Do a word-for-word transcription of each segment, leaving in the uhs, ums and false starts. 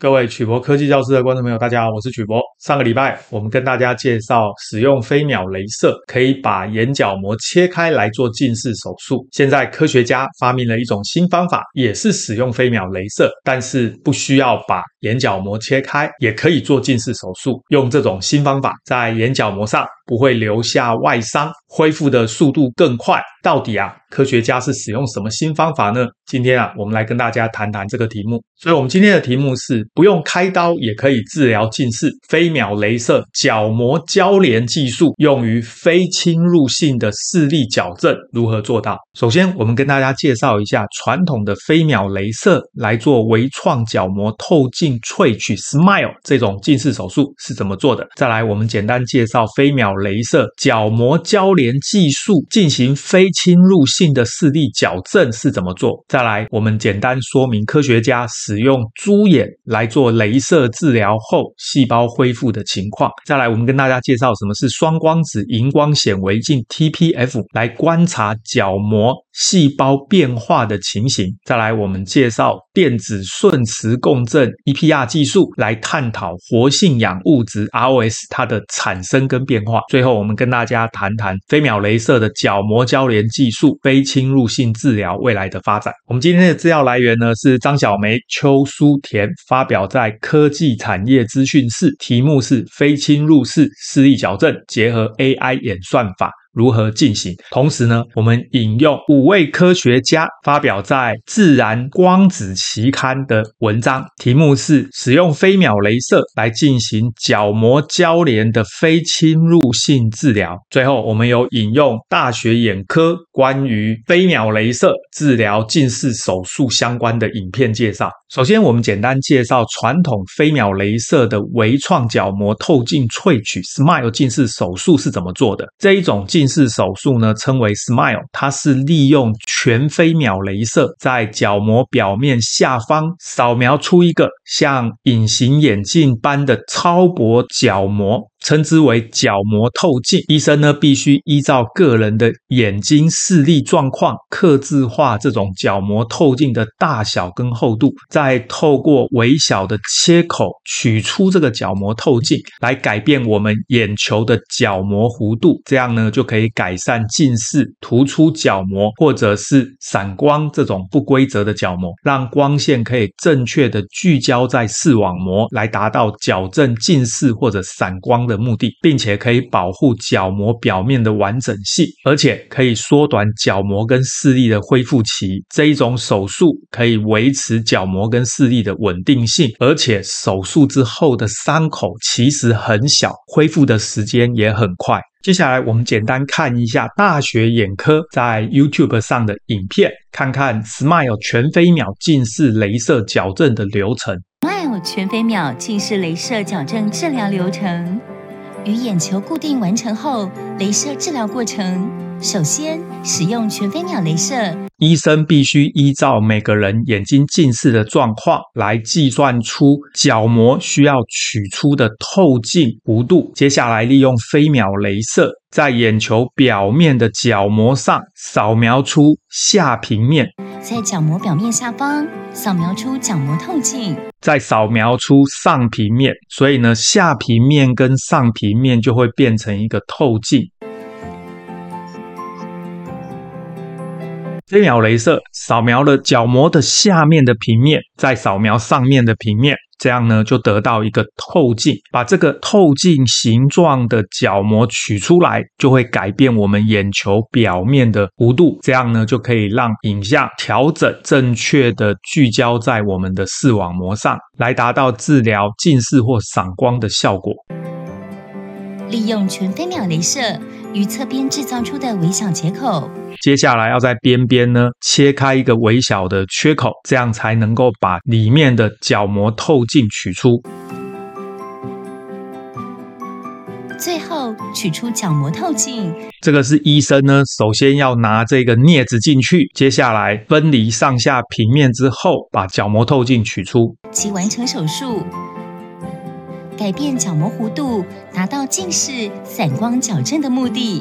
各位曲博科技教室的观众朋友，大家好，我是曲博。上个礼拜我们跟大家介绍使用飞秒雷射可以把眼角膜切开来做近视手术。现在科学家发明了一种新方法，也是使用飞秒雷射，但是不需要把眼角膜切开，也可以做近视手术。用这种新方法，在眼角膜上不会留下外伤，恢复的速度更快。到底啊，科学家是使用什么新方法呢？今天啊，我们来跟大家谈谈这个题目。所以我们今天的题目是不用开刀也可以治疗近视，飞秒雷射角膜交联技术用于非侵入性的视力矫正，如何做到？首先我们跟大家介绍一下传统的飞秒雷射来做微创角膜透镜萃取 Smile 这种近视手术是怎么做的。再来我们简单介绍飞秒雷射角膜交联技术进行非侵入性的视力矫正是怎么做。再来我们简单说明科学家使用猪眼来做雷射治疗后细胞恢复的情况。再来我们跟大家介绍什么是双光子荧光显微镜 T P F 来观察角膜细胞变化的情形。再来我们介绍电子顺磁共振 E P R 技术来探讨活性氧物质 R O S 它的产生跟变化。最后我们跟大家谈谈飞秒雷射的角膜交联技术非侵入性治疗未来的发展。我们今天的资料来源呢是张小梅、邱淑田发表在科技产业资讯室，题目是非侵入式视力矫正结合 A I 演算法如何进行。同时呢，我们引用五位科学家发表在自然光子期刊的文章，题目是使用飞秒雷射来进行角膜交联的非侵入性治疗。最后我们有引用大学眼科关于飞秒雷射治疗近视手术相关的影片介绍。首先我们简单介绍传统飞秒雷射的微创角膜透镜萃取 Smile 近视手术是怎么做的。这一种近视手术呢称为 Smile， 它是利用全飞秒雷射在角膜表面下方扫描出一个像隐形眼镜般的超薄角膜，称之为角膜透镜。医生呢必须依照个人的眼睛视力状况客制化这种角膜透镜的大小跟厚度，再透过微小的切口取出这个角膜透镜，来改变我们眼球的角膜弧度，这样呢就可以改善近视、突出角膜或者是散光这种不规则的角膜，让光线可以正确的聚焦在视网膜，来达到矫正近视或者散光的目的，并且可以保护角膜表面的完整性，而且可以缩短角膜跟视力的恢复期。这一种手术可以维持角膜跟视力的稳定性，而且手术之后的伤口其实很小，恢复的时间也很快。接下来我们简单看一下大学眼科在 YouTube 上的影片，看看 Smile 全飞秒近视雷射矫正的流程。 Smile 全飞秒近视雷射矫正治疗流程。与眼球固定完成后，雷射治疗过程。首先使用全飞秒雷射， 医生必须依照每个人眼睛近视的状况来计算出角膜需要取出的透镜弧度。接下来利用飞秒雷射在眼球表面的角膜上扫描出下平面， 在角膜表面下方扫描出角膜透镜， 再扫描出上平面，所以呢下平面跟上平面就会变成一个透镜。飞秒雷射扫描了角膜的下面的平面，再扫描上面的平面，这样呢就得到一个透镜。把这个透镜形状的角膜取出来，就会改变我们眼球表面的弧度，这样呢就可以让影像调整正确的聚焦在我们的视网膜上，来达到治疗近视或散光的效果。 利用全飞秒雷射于侧边制造出的微小接口， 接下来要在边边呢切开一个微小的缺口，这样才能够把里面的角膜透镜取出。 最后取出角膜透镜， 这个是医生呢首先要拿这个镊子进去，接下来分离上下平面之后把角膜透镜取出， 即完成手术。改变角膜弧度，达到近视、散光矫正的目的。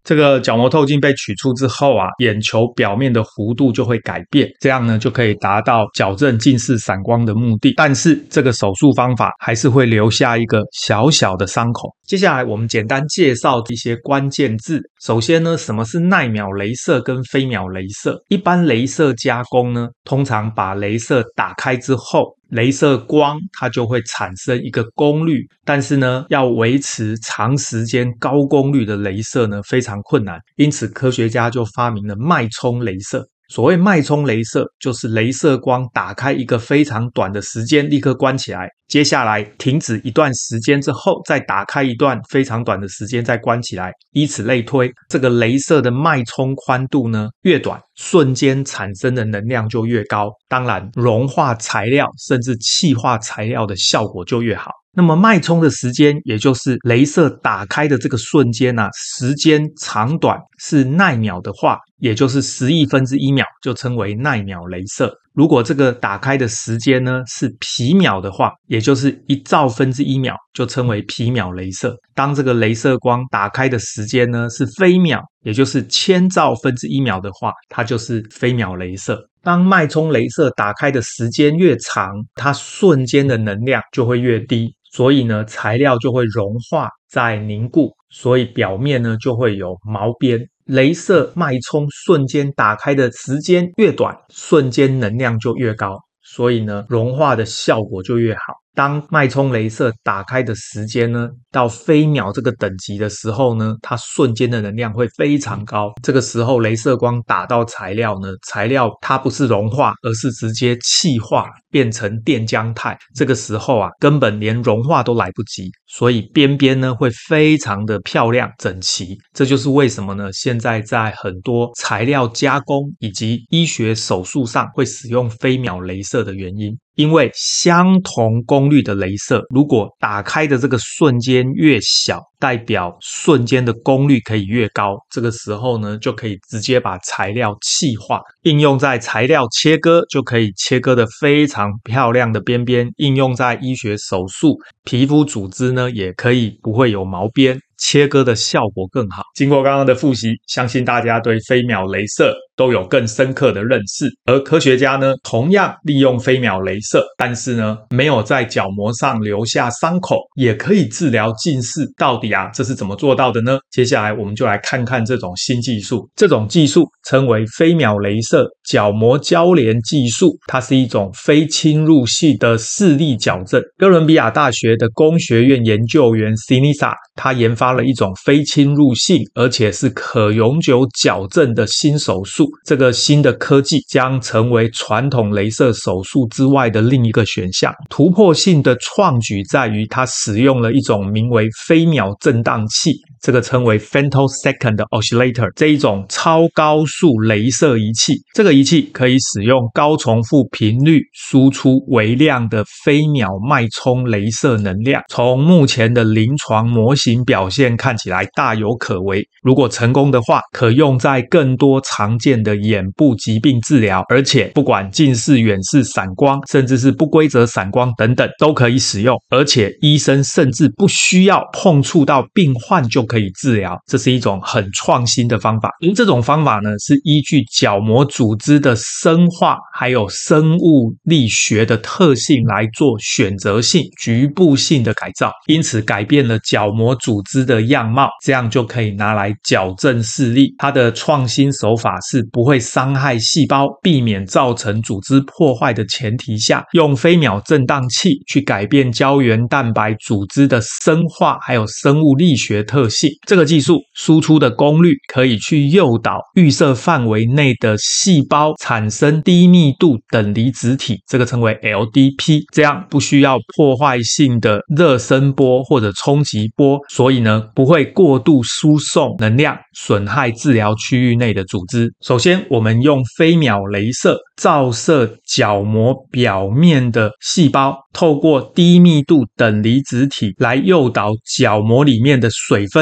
这个角膜透镜被取出之后啊，眼球表面的弧度就会改变，这样呢就可以达到矫正近视散光的目的。但是这个手术方法还是会留下一个小小的伤口。接下来我们简单介绍一些关键字。首先呢，什么是耐秒雷射跟飞秒雷射？一般雷射加工呢，通常把雷射打开之后，雷射光它就会产生一个功率，但是呢，要维持长时间高功率的雷射呢，非常困难。因此科学家就发明了脉冲雷射。所谓脉冲雷射，就是雷射光打开一个非常短的时间，立刻关起来，接下来停止一段时间之后，再打开一段非常短的时间，再关起来，以此类推。这个雷射的脉冲宽度呢越短，瞬间产生的能量就越高，当然融化材料甚至气化材料的效果就越好。那么脉冲的时间，也就是雷射打开的这个瞬间啊，时间长短是奈秒的话，也就是十亿分之一秒，就称为奈秒雷射。如果这个打开的时间呢是皮秒的话，也就是一兆分之一秒，就称为皮秒雷射。当这个雷射光打开的时间呢是飞秒，也就是千兆分之一秒的话，它就是飞秒雷射。当脉冲雷射打开的时间越长，它瞬间的能量就会越低，所以呢材料就会融化再凝固，所以表面呢就会有毛边。雷射脉冲瞬间打开的时间越短，瞬间能量就越高，所以呢融化的效果就越好。当脉冲雷射打开的时间呢到飞秒这个等级的时候呢，它瞬间的能量会非常高。这个时候雷射光打到材料呢，材料它不是融化，而是直接气化变成电浆态。这个时候啊根本连融化都来不及，所以边边呢会非常的漂亮整齐。这就是为什么呢现在在很多材料加工以及医学手术上会使用飞秒雷射的原因。因为相同功率的雷射，如果打开的这个瞬间越小，代表瞬间的功率可以越高，这个时候呢就可以直接把材料气化，应用在材料切割就可以切割的非常漂亮的边边，应用在医学手术，皮肤组织呢也可以不会有毛边，切割的效果更好。经过刚刚的复习，相信大家对飞秒雷射都有更深刻的认识。而科学家呢同样利用飞秒雷射，但是呢没有在角膜上留下伤口，也可以治疗近视。到底啊这是怎么做到的呢？接下来我们就来看看这种新技术。这种技术称为飞秒雷射角膜交联技术，它是一种非侵入性的视力矫正。哥伦比亚大学的工学院研究员 Sinisa 他研发了一种非侵入性而且是可永久矫正的新手术。这个新的科技将成为传统雷射手术之外的另一个选项。突破性的创举在于它使用了一种名为飞秒振荡器，这个称为 femtosecond oscillator 这一种超高速雷射仪器。这个仪器可以使用高重复频率输出微量的飞秒脉冲雷射能量。从目前的临床模型表现看起来大有可为，如果成功的话，可用在更多常见的眼部疾病治疗，而且不管近视、远视、散光，甚至是不规则散光等等都可以使用，而且医生甚至不需要碰触到病患就可以治疗，这是一种很创新的方法。而这种方法呢是依据角膜组织的生化还有生物力学的特性来做选择性局部性的改造，因此改变了角膜组织的样貌，这样就可以拿来矫正视力。它的创新手法是不会伤害细胞，避免造成组织破坏的前提下，用飞秒振荡器去改变胶原蛋白组织的生化还有生物力学特性。这个技术输出的功率可以去诱导预设范围内的细胞产生低密度等离子体，这个称为 L D P， 这样不需要破坏性的热声波或者冲击波，所以呢不会过度输送能量，损害治疗区域内的组织。首先我们用飞秒雷射照射角膜表面的细胞，透过低密度等离子体来诱导角膜里面的水分子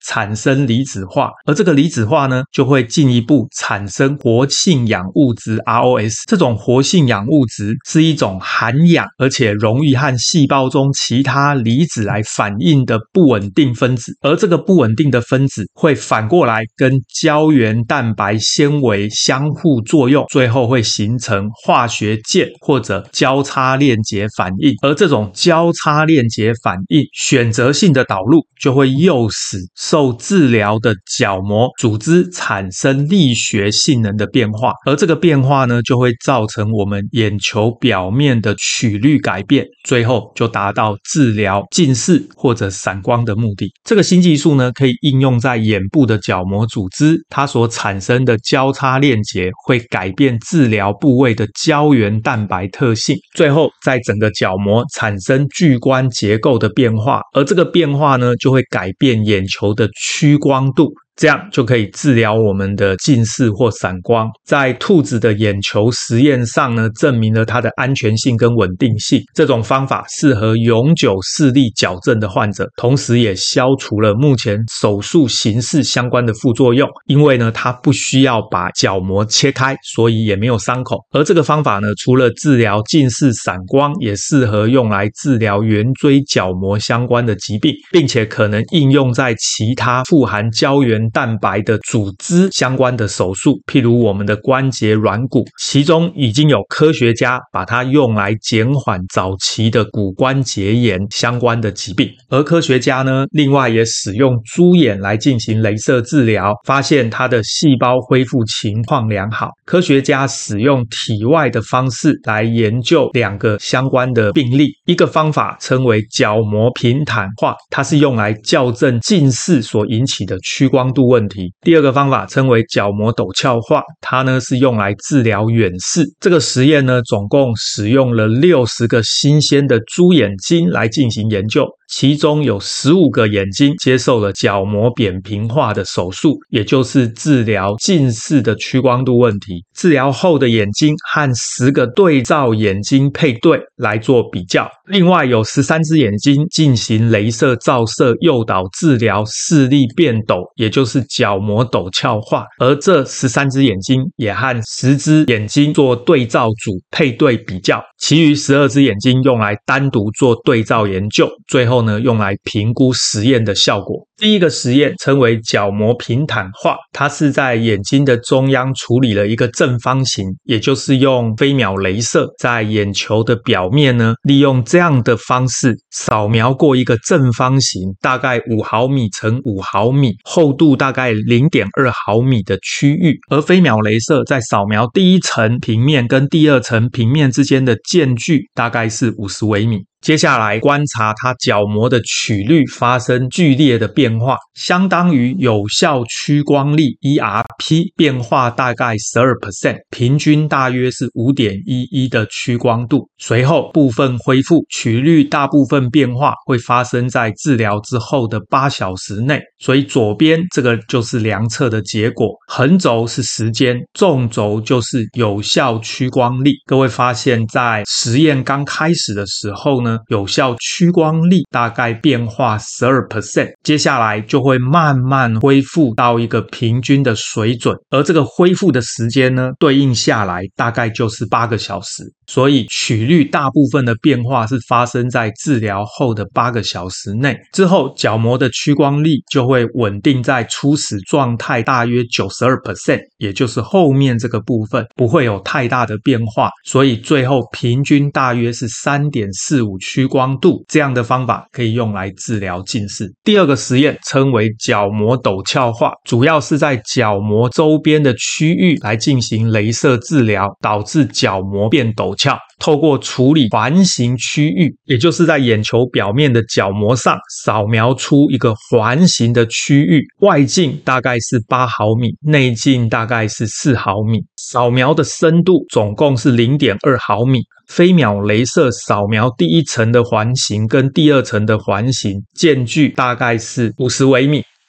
产生离子化，而这个离子化呢，就会进一步产生活性氧物质 R O S。 这种活性氧物质是一种含氧而且容易和细胞中其他离子来反应的不稳定分子，而这个不稳定的分子会反过来跟胶原蛋白纤维相互作用，最后会形成化学键或者交叉链结反应，而这种交叉链结反应选择性的导入就会诱使受治疗的角膜组织产生力学性能的变化，而这个变化呢，就会造成我们眼球表面的曲率改变，最后就达到治疗近视或者散光的目的。这个新技术呢，可以应用在眼部的角膜组织，它所产生的交叉链结会改变治疗部位的胶原蛋白特性，最后在整个角膜产生巨观结构的变化，而这个变化呢，就会改变眼球的屈光度，这样就可以治疗我们的近视或散光。在兔子的眼球实验上呢，证明了它的安全性跟稳定性。这种方法适合永久视力矫正的患者，同时也消除了目前手术形式相关的副作用。因为呢，它不需要把角膜切开，所以也没有伤口。而这个方法呢，除了治疗近视散光，也适合用来治疗圆锥角膜相关的疾病，并且可能应用在其他富含胶原蛋白的组织相关的手术，譬如我们的关节软骨，其中已经有科学家把它用来减缓早期的骨关节炎相关的疾病。而科学家呢，另外也使用猪眼来进行雷射治疗，发现它的细胞恢复情况良好。科学家使用体外的方式来研究两个相关的病例，一个方法称为角膜平坦化，它是用来校正近视所引起的屈光度问题。第二个方法称为角膜陡峭化，它呢是用来治疗远视。这个实验呢，总共使用了六十个新鲜的猪眼睛来进行研究，其中有十五个眼睛接受了角膜扁平化的手术，也就是治疗近视的屈光度问题。治疗后的眼睛和十个对照眼睛配对来做比较，另外有十三只眼睛进行雷射照射诱导治疗视力变陡，也就是角膜陡峭化，而这十三只眼睛也和十只眼睛做对照组配对比较，其余十二只眼睛用来单独做对照研究，最后呢用来评估实验的效果。第一个实验称为角膜平坦化，它是在眼睛的中央处理了一个正方形，也就是用飞秒雷射在眼球的表面呢，利用这样的方式扫描过一个正方形，大概五毫米乘五毫米，厚度大概 零点二毫米的区域，而飞秒雷射在扫描第一层平面跟第二层平面之间的间距大概是五十微米。接下来观察它角膜的曲率发生剧烈的变化，相当于有效屈光力 E R P 变化大概 百分之十二， 平均大约是 五点一一 的屈光度。随后部分恢复，曲率大部分变化会发生在治疗之后的八小时内。所以左边这个就是量测的结果，横轴是时间，纵轴就是有效屈光力。各位发现在实验刚开始的时候呢，有效屈光力大概变化 百分之十二， 接下来就会慢慢恢复到一个平均的水准，而这个恢复的时间呢，对应下来大概就是八个小时。所以曲率大部分的变化是发生在治疗后的八个小时内，之后角膜的屈光力就会稳定在初始状态大约 百分之九十二， 也就是后面这个部分不会有太大的变化，所以最后平均大约是 三点四五屈光度，这样的方法可以用来治疗近视。第二个实验称为角膜陡峭化，主要是在角膜周边的区域来进行雷射治疗，导致角膜变陡峭。透过处理环形区域，也就是在眼球表面的角膜上扫描出一个环形的区域，外径大概是八毫米，内径大概是四毫米，扫描的深度总共是 零点二毫米。飞秒雷射扫描第一层的环形跟第二层的环形间距大概是五十微米，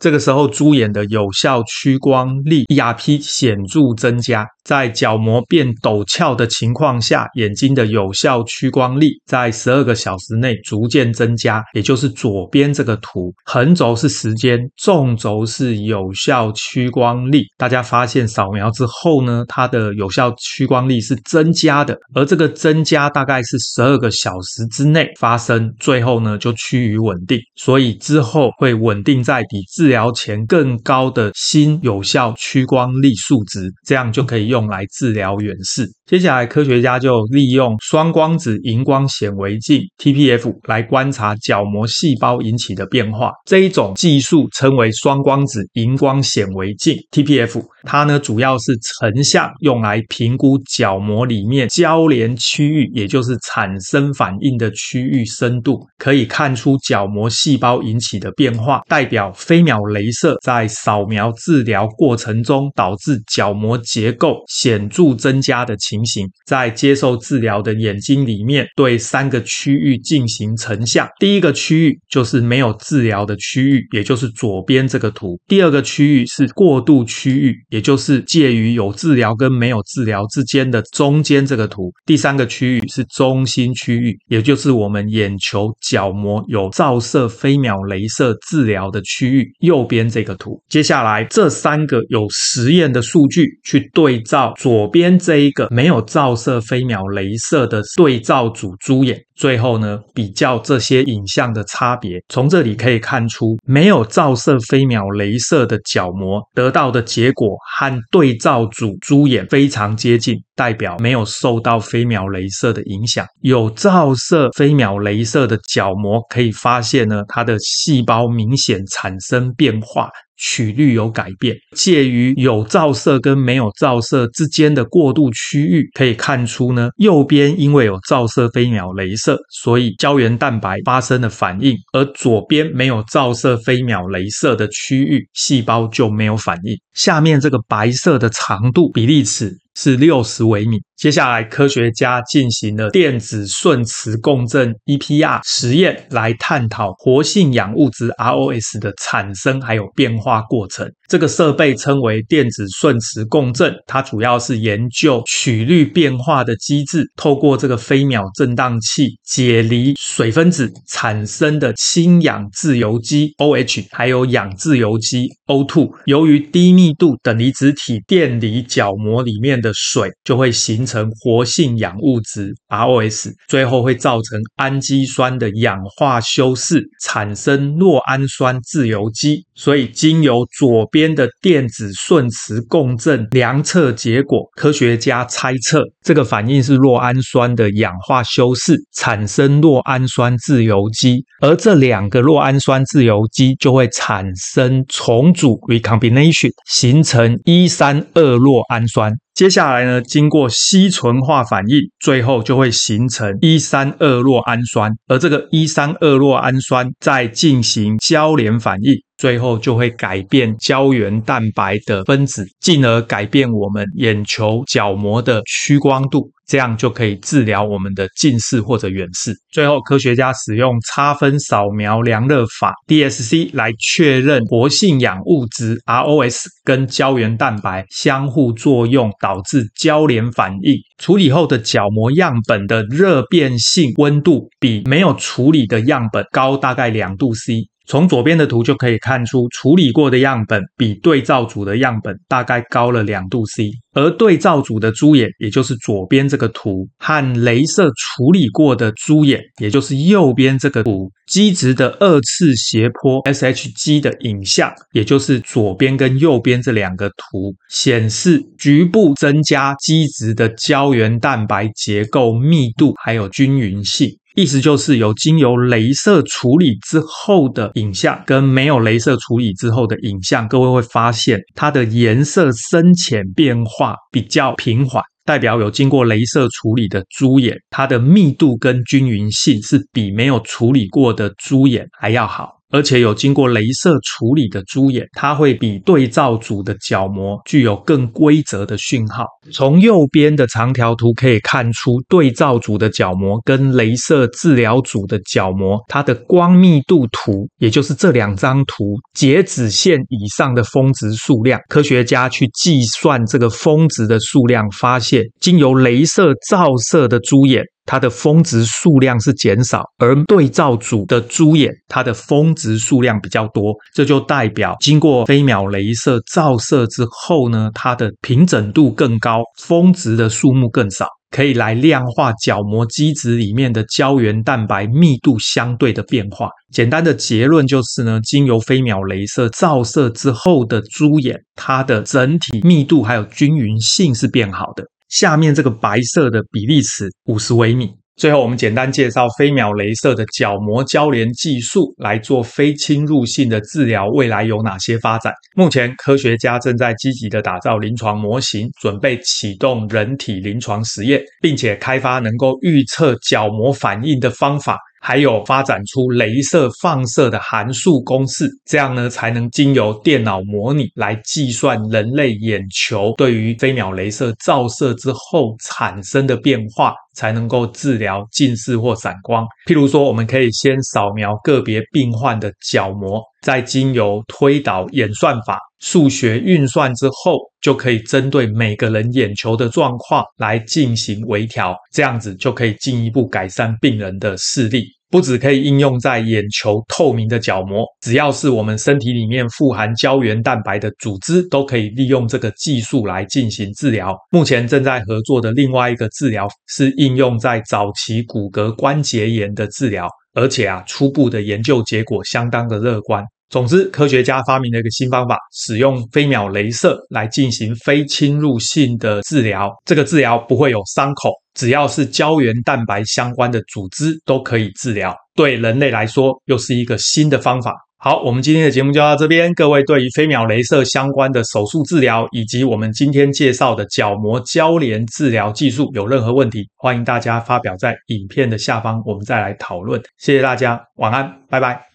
这个时候猪眼的有效屈光力 E R P 显著增加，在角膜变陡峭的情况下，眼睛的有效屈光力在十二个小时内逐渐增加，也就是左边这个图，横轴是时间，纵轴是有效屈光力。大家发现扫描之后呢，它的有效屈光力是增加的，而这个增加大概是十二个小时之内发生，最后呢就趋于稳定，所以之后会稳定在比治疗前更高的新有效屈光力数值，这样就可以用来治疗远视。接下来科学家就利用双光子荧光显微镜 T P F 来观察角膜细胞引起的变化，这一种技术称为双光子荧光显微镜 T P F， 它呢主要是成像用来评估角膜里面交联区域，也就是产生反应的区域深度，可以看出角膜细胞引起的变化，代表飞秒雷射在扫描治疗过程中导致角膜结构显著增加的情形。在接受治疗的眼睛里面，对三个区域进行成像。第一个区域就是没有治疗的区域，也就是左边这个图。第二个区域是过渡区域，也就是介于有治疗跟没有治疗之间的中间这个图。第三个区域是中心区域，也就是我们眼球角膜有照射飞秒雷射治疗的区域，右边这个图。接下来这三个有实验的数据去对照左边这一个没有照射飞秒雷射的对照组猪眼，最后呢比较这些影像的差别。从这里可以看出，没有照射飞秒雷射的角膜得到的结果和对照组猪眼非常接近，代表没有受到飞秒雷射的影响。有照射飞秒雷射的角膜可以发现呢，它的细胞明显产生变化，曲率有改变。介于有照射跟没有照射之间的过渡区域可以看出呢，右边因为有照射飞秒雷射，所以胶原蛋白发生了反应，而左边没有照射飞秒雷射的区域细胞就没有反应。下面这个白色的长度比例尺是六十微米。接下来科学家进行了电子顺磁共振 E P R 实验，来探讨活性氧物质 R O S 的产生还有变化过程。这个设备称为电子顺磁共振，它主要是研究曲率变化的机制，透过这个飞秒振荡器解离水分子产生的氢氧自由基 O H 还有氧自由基 O 二， 由于低密度等离子体电离角膜里面的水，就会形成活性氧物质 R O S， 最后会造成氨基酸的氧化修饰，产生酪氨酸自由基。所以经由左边的电子顺磁共振量测结果，科学家猜测这个反应是酪氨酸的氧化修饰产生酪氨酸自由基，而这两个酪氨酸自由基就会产生重组 recombination， 形成一三二酪氨酸。接下来呢，经过烯醇化反应，最后就会形成一三二酪氨酸，而这个一三二酪氨酸再进行交联反应，最后就会改变胶原蛋白的分子，进而改变我们眼球角膜的屈光度，这样就可以治疗我们的近视或者远视。最后科学家使用差分扫描量热法 D S C 来确认活性氧物质 R O S 跟胶原蛋白相互作用导致交联反应。处理后的角膜样本的热变性温度比没有处理的样本高大概两度 C。从左边的图就可以看出，处理过的样本比对照组的样本大概高了两度 C， 而对照组的猪眼，也就是左边这个图，和雷射处理过的猪眼，也就是右边这个图，基质的二次斜坡 S H G 的影像，也就是左边跟右边这两个图，显示局部增加基质的胶原蛋白结构密度还有均匀性。意思就是有经由雷射处理之后的影像跟没有雷射处理之后的影像，各位会发现它的颜色深浅变化比较平缓，代表有经过雷射处理的猪眼，它的密度跟均匀性是比没有处理过的猪眼还要好。 而且有经过雷射处理的猪眼，它会比对照组的角膜具有更规则的讯号。从右边的长条图可以看出，对照组的角膜跟雷射治疗组的角膜，它的光密度图，也就是这两张图截止线以上的峰值数量，科学家去计算这个峰值的数量，发现经由雷射照射的猪眼，它的峰值数量是减少，而对照组的猪眼它的峰值数量比较多，这就代表经过飞秒雷射照射之后呢，它的平整度更高，峰值的数目更少，可以来量化角膜基质里面的胶原蛋白密度相对的变化。简单的结论就是呢，经由飞秒雷射照射之后的猪眼，它的整体密度还有均匀性是变好的。下面这个白色的比例尺五十微米。最后我们简单介绍飞秒雷射的角膜交联技术来做非侵入性的治疗未来有哪些发展。目前科学家正在积极的打造临床模型，准备启动人体临床实验，并且开发能够预测角膜反应的方法，还有发展出雷射放射的函数公式，这样呢才能经由电脑模拟来计算人类眼球对于飞秒雷射照射之后产生的变化，才能够治疗近视或散光。譬如说，我们可以先扫描个别病患的角膜，再经由推导演算法数学运算之后，就可以针对每个人眼球的状况来进行微调，这样子就可以进一步改善病人的视力。不只可以应用在眼球透明的角膜，只要是我们身体里面富含胶原蛋白的组织，都可以利用这个技术来进行治疗。目前正在合作的另外一个治疗是应用在早期骨骼关节炎的治疗，而且啊，初步的研究结果相当的乐观。总之，科学家发明了一个新方法，使用飞秒雷射来进行非侵入性的治疗。这个治疗不会有伤口，只要是胶原蛋白相关的组织都可以治疗。对人类来说，又是一个新的方法。好，我们今天的节目就到这边。各位对于飞秒雷射相关的手术治疗，以及我们今天介绍的角膜交联治疗技术有任何问题，欢迎大家发表在影片的下方，我们再来讨论。谢谢大家，晚安，拜拜。